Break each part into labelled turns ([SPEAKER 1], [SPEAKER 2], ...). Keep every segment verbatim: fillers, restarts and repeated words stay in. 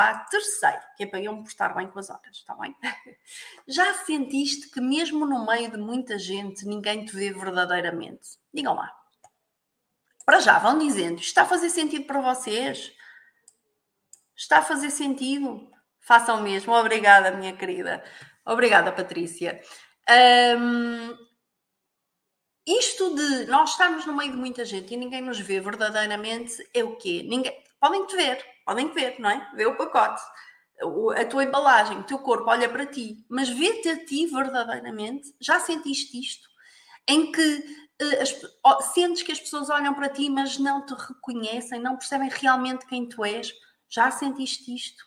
[SPEAKER 1] terceiro, que é para eu me portar bem com as horas, está bem? Já sentiste que mesmo no meio de muita gente, ninguém te vê verdadeiramente? Digam lá. Para já, vão dizendo, está a fazer sentido para vocês? Está a fazer sentido? Façam mesmo. Obrigada, minha querida. Obrigada, Patrícia. Hum, isto de nós estarmos no meio de muita gente e ninguém nos vê verdadeiramente é o quê? Ninguém... Podem te ver, podem te ver, não é? Vê o pacote, a tua embalagem, o teu corpo olha para ti, mas vê-te a ti verdadeiramente. Já sentiste isto? Em que uh, as, oh, sentes que as pessoas olham para ti, mas não te reconhecem, não percebem realmente quem tu és? Já sentiste isto?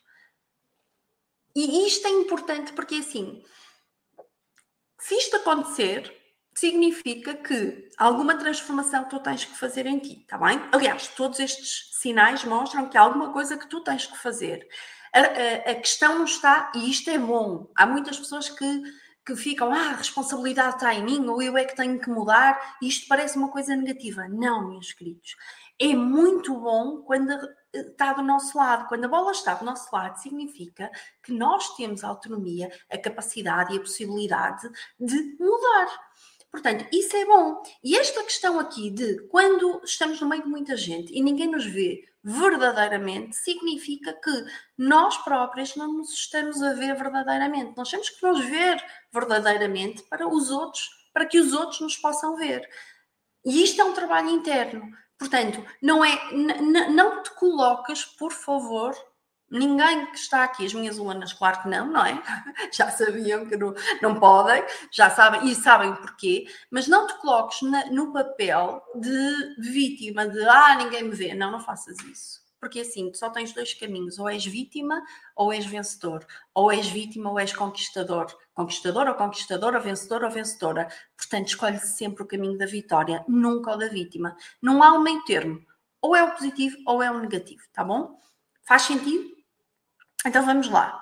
[SPEAKER 1] E isto é importante porque, assim, se isto acontecer, significa que alguma transformação tu tens que fazer em ti, está bem? Aliás, todos estes sinais mostram que há alguma coisa que tu tens que fazer. A, a, a questão não está, e isto é bom, há muitas pessoas que, que ficam, ah, a responsabilidade está em mim, ou eu é que tenho que mudar, e isto parece uma coisa negativa. Não, meus queridos. É muito bom quando está do nosso lado. Quando a bola está do nosso lado, significa que nós temos a autonomia, a capacidade e a possibilidade de mudar. Portanto, isso é bom. E esta questão aqui de quando estamos no meio de muita gente e ninguém nos vê verdadeiramente, significa que nós próprios não nos estamos a ver verdadeiramente. Nós temos que nos ver verdadeiramente para os outros, para que os outros nos possam ver. E isto é um trabalho interno. Portanto, não é, n- não te colocas, por favor, ninguém que está aqui, as minhas alunas, claro que não, não é? Já sabiam que não, não podem, já sabem, e sabem porquê, mas não te coloques na, no papel de vítima, de, ah, ninguém me vê. Não, não faças isso. Porque assim, tu só tens dois caminhos, ou és vítima ou és vencedor. Ou és vítima ou és conquistador. Conquistador ou conquistadora, vencedor ou vencedora. Portanto, escolhe sempre o caminho da vitória, nunca o da vítima. Não há um meio termo. Ou é o positivo ou é o negativo, tá bom? Faz sentido? Então vamos lá.